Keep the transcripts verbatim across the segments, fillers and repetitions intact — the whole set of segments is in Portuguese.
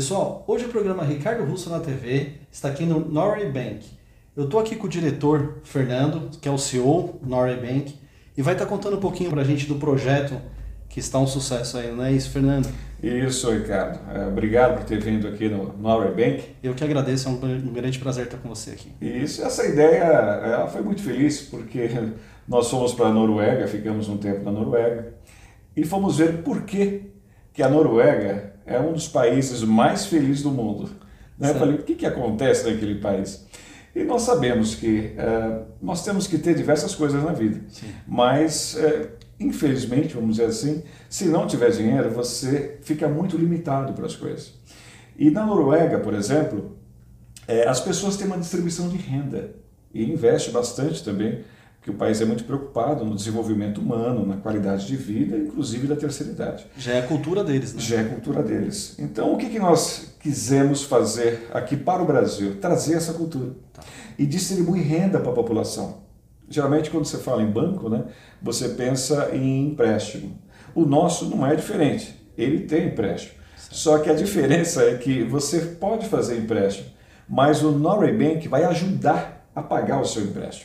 Pessoal, hoje o programa Ricardo Russo na T V está aqui no Norway Bank. Eu estou aqui com o diretor Fernando, que é o C E O do Norway Bank, e vai estar contando um pouquinho para a gente do projeto que está um sucesso aí, não é isso, Fernando? Isso, Ricardo. É, obrigado por ter vindo aqui no Norway Bank. Eu que agradeço, é um, um grande prazer estar com você aqui. Isso, essa ideia ela foi muito feliz, porque nós fomos para a Noruega, ficamos um tempo na Noruega, e fomos ver por que, que a Noruega é um dos países mais felizes do mundo. Né? Eu falei, o que, que acontece naquele país? E nós sabemos que uh, nós temos que ter diversas coisas na vida, Sim. mas, uh, infelizmente, vamos dizer assim, se não tiver dinheiro, você fica muito limitado para as coisas. E na Noruega, por exemplo, uh, as pessoas têm uma distribuição de renda e investem bastante também, porque o país é muito preocupado no desenvolvimento humano, na qualidade de vida, inclusive da terceira idade. Já é a cultura deles, né? Já é a cultura deles. Então, o que, que nós quisemos fazer aqui para o Brasil? Trazer essa cultura Tá. e distribuir renda para a população. Geralmente, quando você fala em banco, né, você pensa em empréstimo. O nosso não é diferente, ele tem empréstimo. Certo. Só que a diferença é que você pode fazer empréstimo, mas o Norway Bank vai ajudar a pagar o seu empréstimo.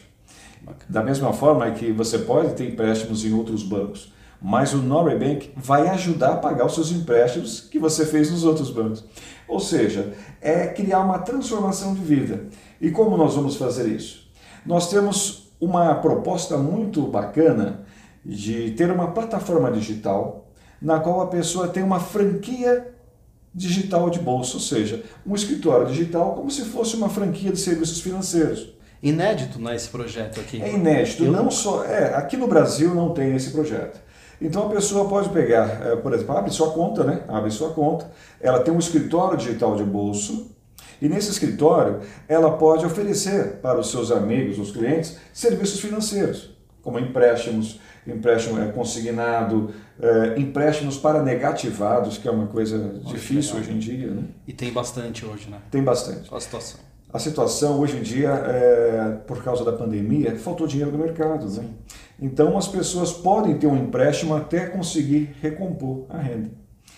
Da mesma forma que você pode ter empréstimos em outros bancos, mas o Norway Bank vai ajudar a pagar os seus empréstimos que você fez nos outros bancos. Ou seja, é criar uma transformação de vida. E como nós vamos fazer isso? Nós temos uma proposta muito bacana de ter uma plataforma digital na qual a pessoa tem uma franquia digital de bolsa, ou seja, um escritório digital como se fosse uma franquia de serviços financeiros. Inédito, né, esse projeto aqui. É inédito, Eu não não... só. É, aqui no Brasil não tem esse projeto. Então a pessoa pode pegar, é, por exemplo, abre sua conta, né? Abre sua conta, ela tem um escritório digital de bolso, e nesse escritório ela pode oferecer para os seus amigos, os clientes, serviços financeiros, como empréstimos, empréstimo é, consignado, é, empréstimos para negativados, que é uma coisa Olha, difícil hoje em dia, né? E tem bastante hoje, né? Tem bastante. Qual a situação? A situação hoje em dia, é, por causa da pandemia, faltou dinheiro no mercado. Né? Então as pessoas podem ter um empréstimo até conseguir recompor a renda.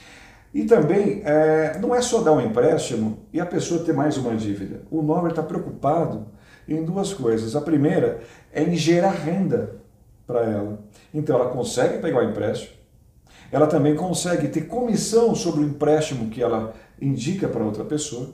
E também, é, não é só dar um empréstimo e a pessoa ter mais uma dívida. O Norway está preocupado em duas coisas. A primeira é em gerar renda para ela. Então ela consegue pegar o empréstimo, ela também consegue ter comissão sobre o empréstimo que ela indica para outra pessoa.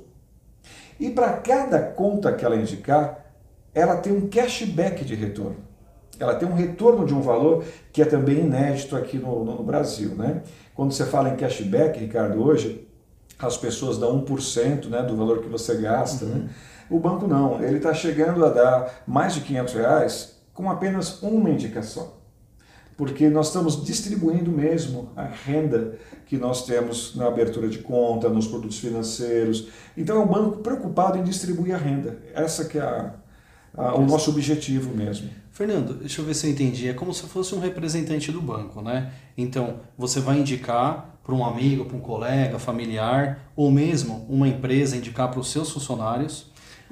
E para cada conta que ela indicar, ela tem um cashback de retorno. Ela tem um retorno de um valor que é também inédito aqui no, no Brasil. Né? Quando você fala em cashback, Ricardo, hoje as pessoas dão um por cento, né, do valor que você gasta. Uhum. Né? O banco não, ele está chegando a dar mais de quinhentos reais com apenas uma indicação. Porque nós estamos distribuindo mesmo a renda que nós temos na abertura de conta, nos produtos financeiros. Então é um banco preocupado em distribuir a renda. Essa que é a, a, o nosso objetivo mesmo. Fernando, deixa eu ver se eu entendi. É como se fosse um representante do banco, né? Então você vai indicar para um amigo, para um colega, familiar, ou mesmo uma empresa indicar para os seus funcionários.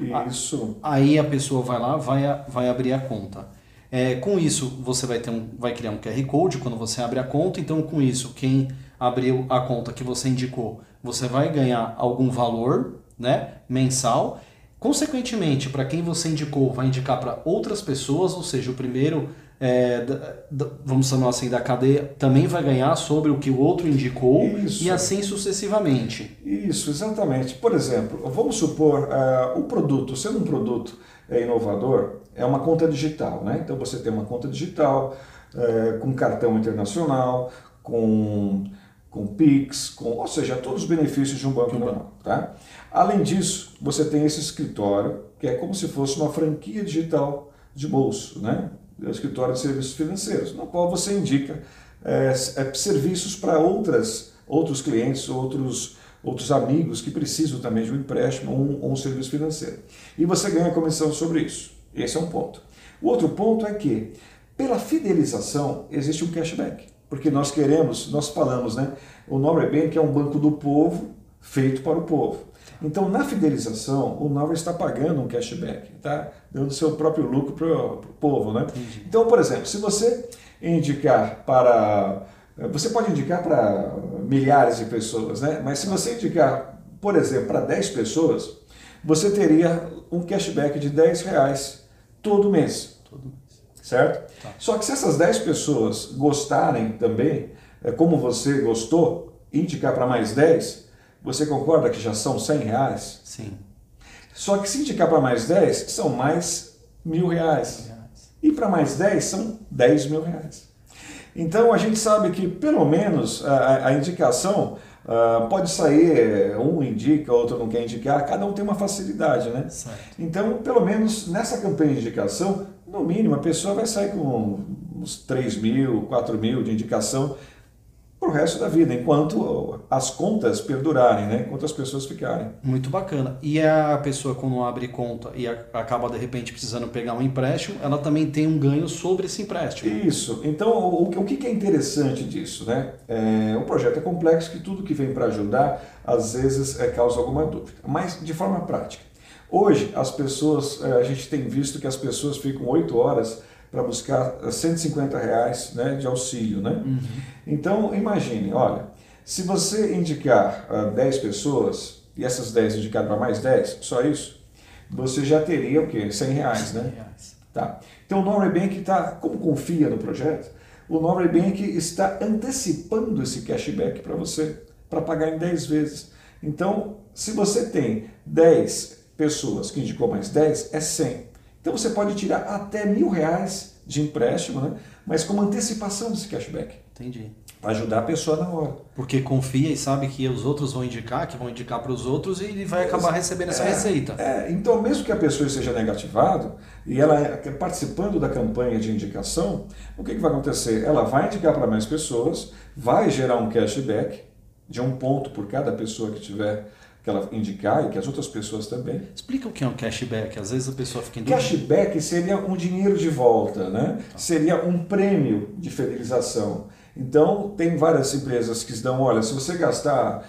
Isso. Aí a pessoa vai lá, vai, vai abrir a conta. É, com isso, você vai, ter um, vai criar um Q R Code quando você abre a conta. Então, com isso, quem abriu a conta que você indicou, você vai ganhar algum valor, né, mensal. Consequentemente, para quem você indicou, vai indicar para outras pessoas, ou seja, o primeiro, é, da, da, vamos chamar assim, da cadeia, também vai ganhar sobre o que o outro indicou. Isso. E assim sucessivamente. Isso, exatamente. Por exemplo, vamos supor, uh, o produto, sendo um produto é, inovador, é uma conta digital, né? Então você tem uma conta digital é, com cartão internacional, com, com Pix, com, ou seja, todos os benefícios de um banco normal. Tá? Além disso, você tem esse escritório, que é como se fosse uma franquia digital de bolso, né? É o escritório de serviços financeiros, no qual você indica é, é, serviços para outras, outros clientes, outros, outros amigos que precisam também de um empréstimo ou um, ou um serviço financeiro. E você ganha comissão sobre isso. Esse é um ponto. O outro ponto é que, pela fidelização, existe um cashback. Porque nós queremos, nós falamos, né? O Norway Bank é um banco do povo, feito para o povo. Então, na fidelização, o Norway está pagando um cashback, tá? Dando seu próprio lucro para o povo, né? Entendi. Então, por exemplo, se você indicar para... Você pode indicar para milhares de pessoas, né? Mas se você indicar por exemplo, para dez pessoas, você teria um cashback de dez reais todo mês. Todo mês. Certo? Tá. Só que se essas dez pessoas gostarem também, como você gostou, indicar para mais dez, você concorda que já são cem reais? Sim. Só que se indicar para mais dez, são mais mil reais. reais. E para mais dez, são dez mil reais. Então a gente sabe que pelo menos a, a indicação uh, pode sair, um indica, outro não quer indicar, cada um tem uma facilidade, né? Certo. Então, pelo menos nessa campanha de indicação, no mínimo a pessoa vai sair com uns três mil, quatro mil de indicação para o resto da vida, enquanto as contas perdurarem, né? Enquanto as pessoas ficarem. Muito bacana. E a pessoa, quando abre conta e acaba, de repente, precisando pegar um empréstimo, ela também tem um ganho sobre esse empréstimo. Isso. Então, o, o que é interessante disso, né? É, o projeto é complexo, que tudo que vem para ajudar, às vezes, é, causa alguma dúvida. Mas, de forma prática. Hoje, as pessoas, a gente tem visto que as pessoas ficam oito horas para buscar cento e cinquenta reais, né, de auxílio, né? Uhum. Então, imagine, olha, se você indicar uh, dez pessoas, e essas dez indicar para mais dez, só isso, você já teria o quê? cem reais, né? cem reais. Tá. Então, o Norway Bank está, como confia no projeto, o Norway Bank está antecipando esse cashback para você, para pagar em dez vezes. Então, se você tem dez pessoas que indicou mais dez, é cem. Então você pode tirar até mil reais de empréstimo, né? Mas como antecipação desse cashback. Entendi. Para ajudar a pessoa na hora. Porque confia e sabe que os outros vão indicar, que vão indicar para os outros e ele vai acabar recebendo essa é, receita. É, então mesmo que a pessoa esteja negativado e ela participando da campanha de indicação, o que, que vai acontecer? Ela vai indicar para mais pessoas, vai gerar um cashback de um ponto por cada pessoa que tiver que ela indicar e que as outras pessoas também. Explica o que é um cashback, às vezes a pessoa fica em dúvida. Cashback seria um dinheiro de volta, né? Tá. Seria um prêmio de fidelização. Então, tem várias empresas que dão, olha, se você gastar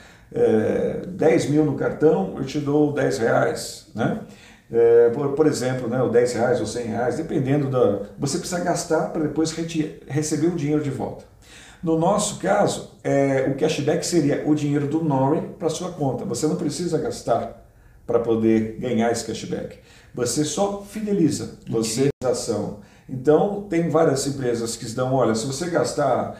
é, dez mil no cartão, eu te dou dez reais, né? É, por, por exemplo, né, ou dez reais ou cem reais, dependendo da... Você precisa gastar para depois receber o dinheiro de volta. No nosso caso, é, o cashback seria o dinheiro do Norway para sua conta. Você não precisa gastar para poder ganhar esse cashback. Você só fideliza, você ação. Então, tem várias empresas que dão, olha, se você gastar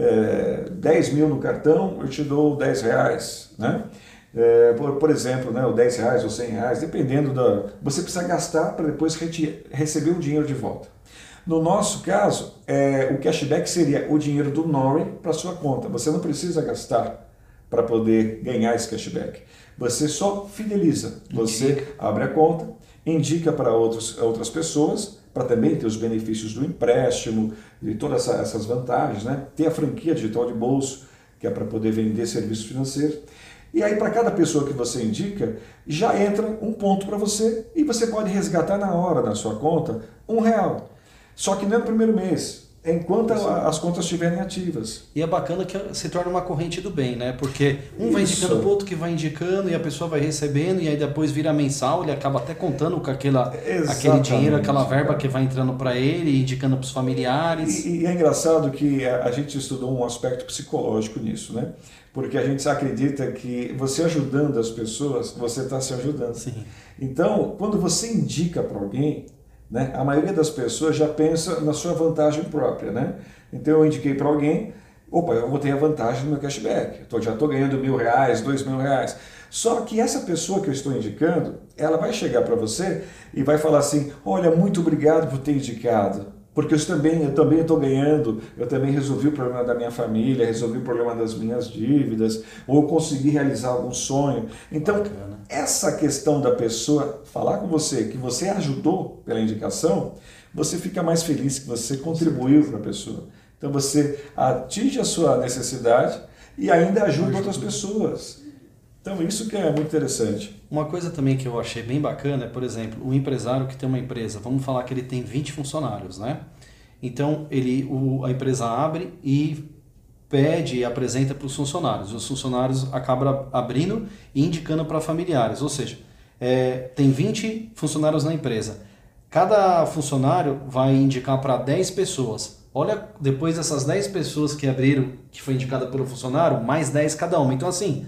é, dez mil no cartão, eu te dou dez reais, né? É, por, por exemplo, né, ou dez reais ou cem reais, dependendo da... Você precisa gastar para depois receber o dinheiro de volta. No nosso caso, é, o cashback seria o dinheiro do Norway para sua conta. Você não precisa gastar para poder ganhar esse cashback. Você só fideliza. Você abre a conta, indica para outros, outras pessoas, para também ter os benefícios do empréstimo e todas essa, essas vantagens, né? Ter a franquia digital de bolso, que é para poder vender serviços financeiros. E aí, para cada pessoa que você indica, já entra um ponto para você e você pode resgatar na hora na sua conta um real. Só que não é no primeiro mês, é enquanto a, as contas estiverem ativas. E é bacana que se torna uma corrente do bem, né? Porque um vai indicando para o outro que vai indicando e a pessoa vai recebendo e aí depois vira mensal, ele acaba até contando com aquela, aquele dinheiro, aquela verba que vai entrando para ele e indicando para os familiares. E, e é engraçado que a, a gente estudou um aspecto psicológico nisso, né? Porque a gente acredita que você ajudando as pessoas, você está se ajudando. Sim. Então, quando você indica para alguém, né, a maioria das pessoas já pensa na sua vantagem própria, né? Então eu indiquei para alguém, opa, eu vou ter a vantagem do meu cashback, eu tô, já estou ganhando mil reais, dois mil reais. Só que essa pessoa que eu estou indicando, ela vai chegar para você e vai falar assim, olha, muito obrigado por ter indicado, porque eu também eu também estou ganhando, eu também resolvi o problema da minha família, resolvi o problema das minhas dívidas, ou eu consegui realizar algum sonho. Então, bacana. Essa questão da pessoa falar com você, que você ajudou pela indicação, você fica mais feliz que você contribuiu para a pessoa. Então, você atinge a sua necessidade e ainda ajuda, ajuda outras pessoas. Então, isso que é muito interessante. Uma coisa também que eu achei bem bacana é, por exemplo, o empresário que tem uma empresa, vamos falar que ele tem vinte funcionários, né? Então, ele, o, a empresa abre e pede e apresenta para os funcionários. Os funcionários acabam abrindo e indicando para familiares. Ou seja, é, tem vinte funcionários na empresa. Cada funcionário vai indicar para dez pessoas. Olha, depois dessas dez pessoas que abriram, que foi indicada pelo funcionário, mais dez cada uma. Então, assim...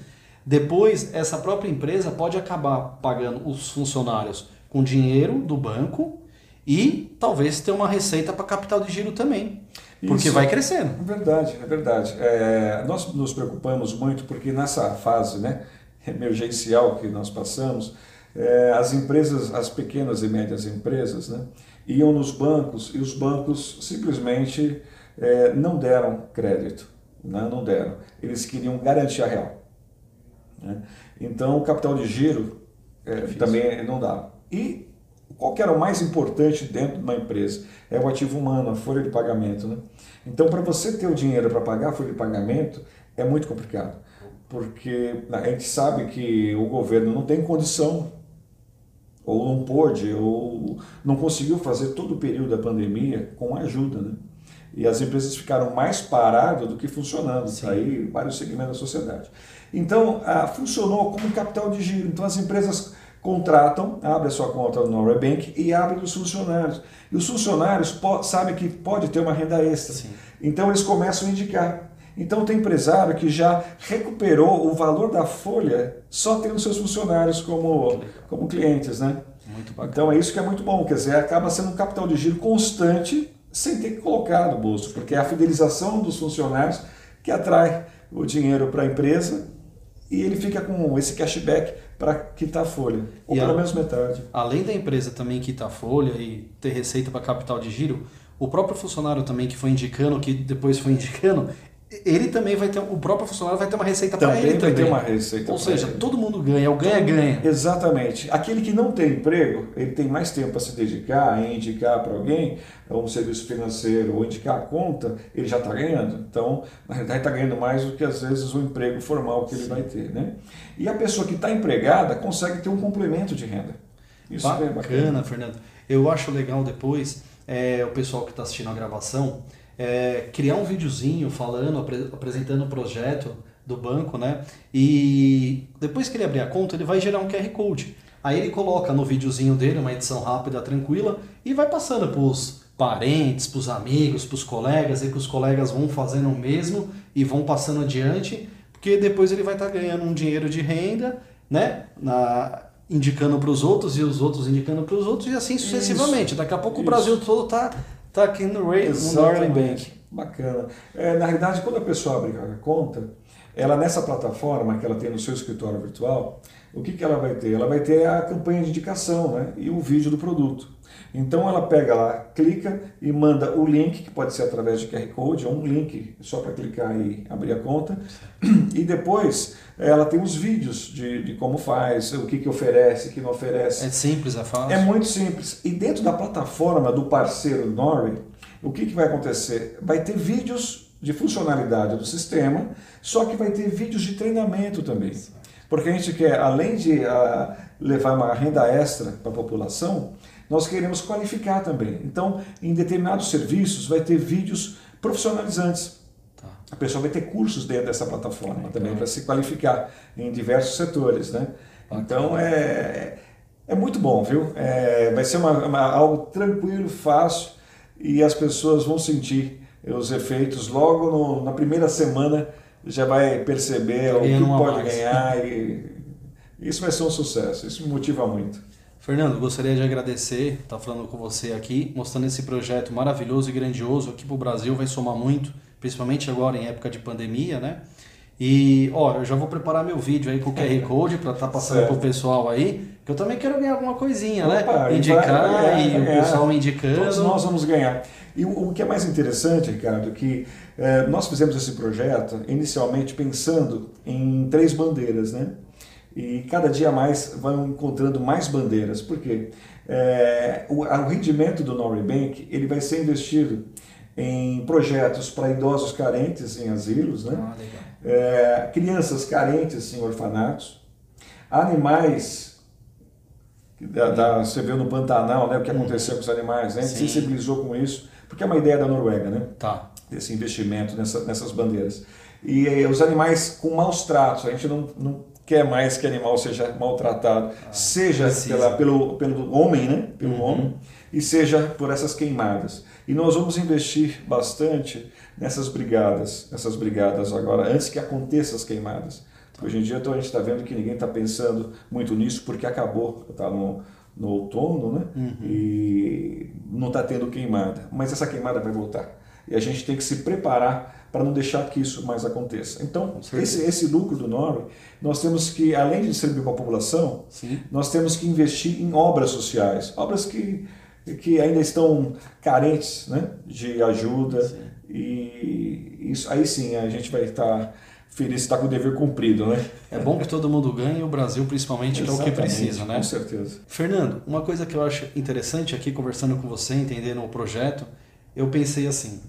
Depois, essa própria empresa pode acabar pagando os funcionários com dinheiro do banco e talvez ter uma receita para capital de giro também, porque Isso, vai crescendo. É verdade, é verdade. É, nós nos preocupamos muito porque nessa fase, né, emergencial que nós passamos, é, as empresas, as pequenas e médias empresas, né, iam nos bancos e os bancos simplesmente é, não deram crédito, né, não deram. Eles queriam garantia real. Né? Então o capital de giro é, também não dava. E qual que era o mais importante dentro de uma empresa? É o ativo humano, a folha de pagamento. Né? Então, para você ter o dinheiro para pagar a folha de pagamento, é muito complicado. Porque a gente sabe que o governo não tem condição, ou não pôde, ou não conseguiu fazer todo o período da pandemia com ajuda. Né? E as empresas ficaram mais paradas do que funcionando. Sim. Aí vários segmentos da sociedade. Então, ah, funcionou como um capital de giro. Então, as empresas contratam, abrem a sua conta no Norway Bank e abrem dos funcionários. E os funcionários sabem que pode ter uma renda extra. Sim. Então eles começam a indicar. Então tem empresário que já recuperou o valor da folha só tendo seus funcionários como, como clientes, né? Muito bacana. Então é isso que é muito bom, quer dizer, acaba sendo um capital de giro constante sem ter que colocar no bolso, porque é a fidelização dos funcionários que atrai o dinheiro para a empresa e ele fica com esse cashback para quitar a folha, ou e pelo a, menos metade. Além da empresa também quitar a folha e ter receita para capital de giro, o próprio funcionário também que foi indicando, que depois foi indicando, ele também vai ter, o próprio funcionário vai ter uma receita para ele também. Também vai ter uma receita. Ou seja, ele. todo mundo ganha, é o ganha-ganha. Exatamente. Aquele que não tem emprego, ele tem mais tempo para se dedicar, em indicar para alguém, um serviço financeiro, ou indicar a conta, ele já está ganhando. Então, na realidade, está ganhando mais do que às vezes o emprego formal que ele Sim. vai ter. Né? E a pessoa que está empregada consegue ter um complemento de renda. Isso bacana, é bacana, Fernando. Eu acho legal depois, é, o pessoal que está assistindo a gravação, É, criar um videozinho falando, apre- apresentando o projeto do banco, né? E depois que ele abrir a conta, ele vai gerar um Q R Code. Aí ele coloca no videozinho dele uma edição rápida, tranquila, e vai passando para os parentes, para os amigos, para os colegas, e que os colegas vão fazendo o mesmo e vão passando adiante, porque depois ele vai estar tá ganhando um dinheiro de renda, né? Na, indicando para os outros e os outros indicando para os outros e assim sucessivamente. Isso, Daqui a pouco isso. o Brasil todo está Está aqui no Norway Bank. Bacana. É, na realidade, quando a pessoa abre a conta, ela nessa plataforma que ela tem no seu escritório virtual, o que, que ela vai ter? Ela vai ter a campanha de indicação, né? E o vídeo do produto. Então ela pega lá, clica e manda o link, que pode ser através de Q R Code, ou um link só para clicar e abrir a conta. E depois ela tem os vídeos de, de como faz, o que, que oferece, o que não oferece. É simples, é fácil. É muito simples. E dentro da plataforma do parceiro Norway, o que, que vai acontecer? Vai ter vídeos de funcionalidade do sistema, só que vai ter vídeos de treinamento também. Porque a gente quer, além de uh, levar uma renda extra para a população, nós queremos qualificar também. Então, em determinados serviços, vai ter vídeos profissionalizantes. Tá. A pessoa vai ter cursos dentro dessa plataforma é, também, para se qualificar em diversos setores. Né? Então, é, é muito bom, viu? É, vai ser uma, uma, algo tranquilo, fácil, e as pessoas vão sentir os efeitos logo no, na primeira semana, já vai perceber o que pode mais. ganhar, e isso vai ser um sucesso, isso me motiva muito. Fernando, gostaria de agradecer, estar falando com você aqui, mostrando esse projeto maravilhoso e grandioso aqui para o Brasil, vai somar muito, principalmente agora em época de pandemia, né? E, ó, eu já vou preparar meu vídeo aí com o Q R Code para estar tá passando para o pessoal aí, que eu também quero ganhar alguma coisinha, Opa, né? Indicar vai, vai ganhar, e o pessoal me indicando. Todos nós vamos ganhar. E o, o que é mais interessante, Ricardo, que eh, nós fizemos esse projeto inicialmente pensando em três bandeiras, né? E cada dia mais vão encontrando mais bandeiras. Por quê? É, o, o rendimento do Norway Bank ele vai ser investido em projetos para idosos carentes em asilos, né? Ah, é, crianças carentes em orfanatos, animais, da, da, você viu no Pantanal, né, o que aconteceu com os animais, né? A gente sensibilizou com isso, porque é uma ideia da Noruega, né? Tá. Desse investimento nessa, nessas bandeiras. E eh, os animais com maus tratos, a gente não, não quer mais que animal seja maltratado, ah, seja pela, pelo, pelo homem, né? Pelo uhum. homem, e seja por essas queimadas. E nós vamos investir bastante nessas brigadas, nessas brigadas agora, antes que aconteçam as queimadas. Hoje em dia então, a gente está vendo que ninguém está pensando muito nisso porque acabou, está no, no outono, né? Uhum. E não está tendo queimada, mas essa queimada vai voltar. E a gente tem que se preparar para não deixar que isso mais aconteça. Então, esse, esse lucro do Norway, nós temos que, além de distribuir para a população, Sim. nós temos que investir em obras sociais, obras que, que ainda estão carentes, né, de ajuda. Sim. E isso, aí sim a gente vai estar feliz, estar com o dever cumprido, né? É bom que todo mundo ganhe, o Brasil principalmente, que é o que precisa, né? Com certeza. Fernando, uma coisa que eu acho interessante aqui, conversando com você, entendendo o projeto, eu pensei assim,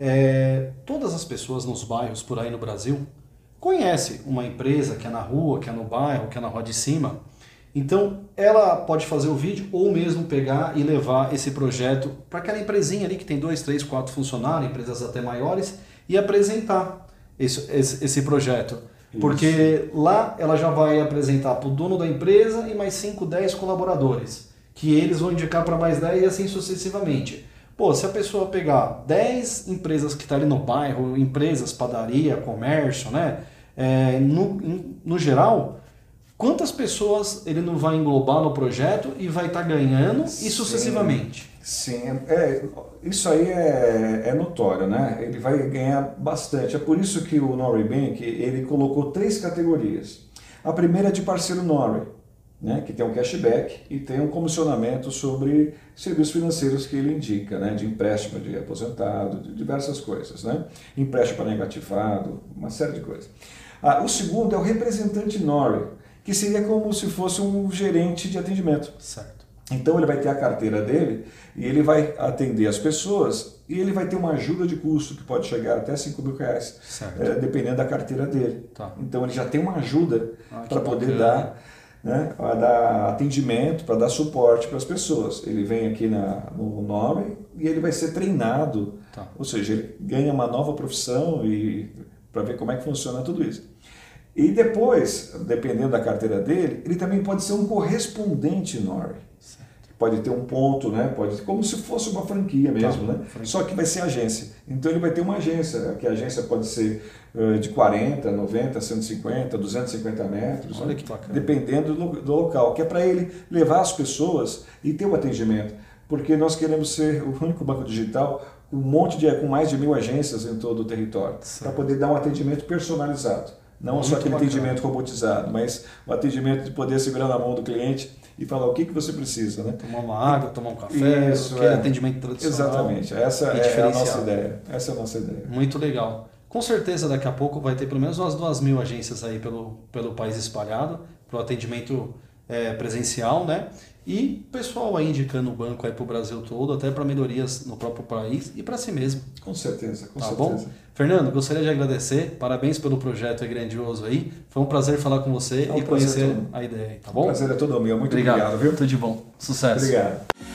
é, todas as pessoas nos bairros por aí no Brasil conhecem uma empresa que é na rua, que é no bairro, que é na rua de cima, então ela pode fazer o vídeo ou mesmo pegar e levar esse projeto para aquela empresinha ali que tem dois, três, quatro funcionários, empresas até maiores, e apresentar esse, esse, esse projeto. Isso. Porque lá ela já vai apresentar para o dono da empresa e mais cinco, dez colaboradores, que eles vão indicar para mais dez e assim sucessivamente. Pô, se a pessoa pegar dez empresas que estão tá ali no bairro, empresas, padaria, comércio, né? É, no, no geral, quantas pessoas ele não vai englobar no projeto e vai estar tá ganhando sim, e sucessivamente? Sim, é, isso aí é, é notório, né? Ele vai ganhar bastante. É por isso que o Norway Bank ele colocou três categorias. A primeira é de parceiro Norway, né, que tem um cashback e tem um comissionamento sobre serviços financeiros que ele indica, né, de empréstimo de aposentado, de diversas coisas, né, empréstimo para negativado, uma série de coisas. Ah, o segundo é o representante Norway, que seria como se fosse um gerente de atendimento. Certo. Então ele vai ter a carteira dele e ele vai atender as pessoas e ele vai ter uma ajuda de custo que pode chegar até cinco mil reais, é, dependendo da carteira dele. Tá. Então ele já tem uma ajuda ah, para poder bacana. dar... Né, para dar atendimento, para dar suporte para as pessoas. Ele vem aqui na, no Norway e ele vai ser treinado, tá. ou seja, ele ganha uma nova profissão e para ver como é que funciona tudo isso. E depois, dependendo da carteira dele, ele também pode ser um correspondente Norway. Pode ter um ponto, né? Pode como se fosse uma franquia mesmo, tá, né? Franquia. Só que vai ser agência. Então ele vai ter uma agência, que a agência pode ser uh, de quarenta, noventa, cento e cinquenta, duzentos e cinquenta metros, Olha né? que bacana. Dependendo do, do local, que é para ele levar as pessoas e ter o atendimento. Porque nós queremos ser o único banco digital com um monte de, com mais de mil agências em todo o território, para poder dar um atendimento personalizado. Não Muito só aquele bacana. atendimento robotizado, mas o atendimento de poder segurar na mão do cliente e falar o que, que você precisa, né? Tomar uma água, tomar um café, Isso, aquele é. atendimento tradicional. Exatamente, essa é a nossa ideia. Essa é a nossa ideia. Muito legal. Com certeza daqui a pouco vai ter pelo menos umas duas mil agências aí pelo, pelo país espalhado, para o atendimento é, presencial, né? E pessoal aí indicando o banco aí para o Brasil todo, até para melhorias no próprio país e para si mesmo. Com certeza, com tá certeza. Bom? Fernando, gostaria de agradecer, parabéns pelo projeto, é grandioso aí. Foi um prazer falar com você é um e conhecer a ideia, tá bom? O prazer é todo meu, muito obrigado, obrigado, viu? Tudo de bom, sucesso. Obrigado.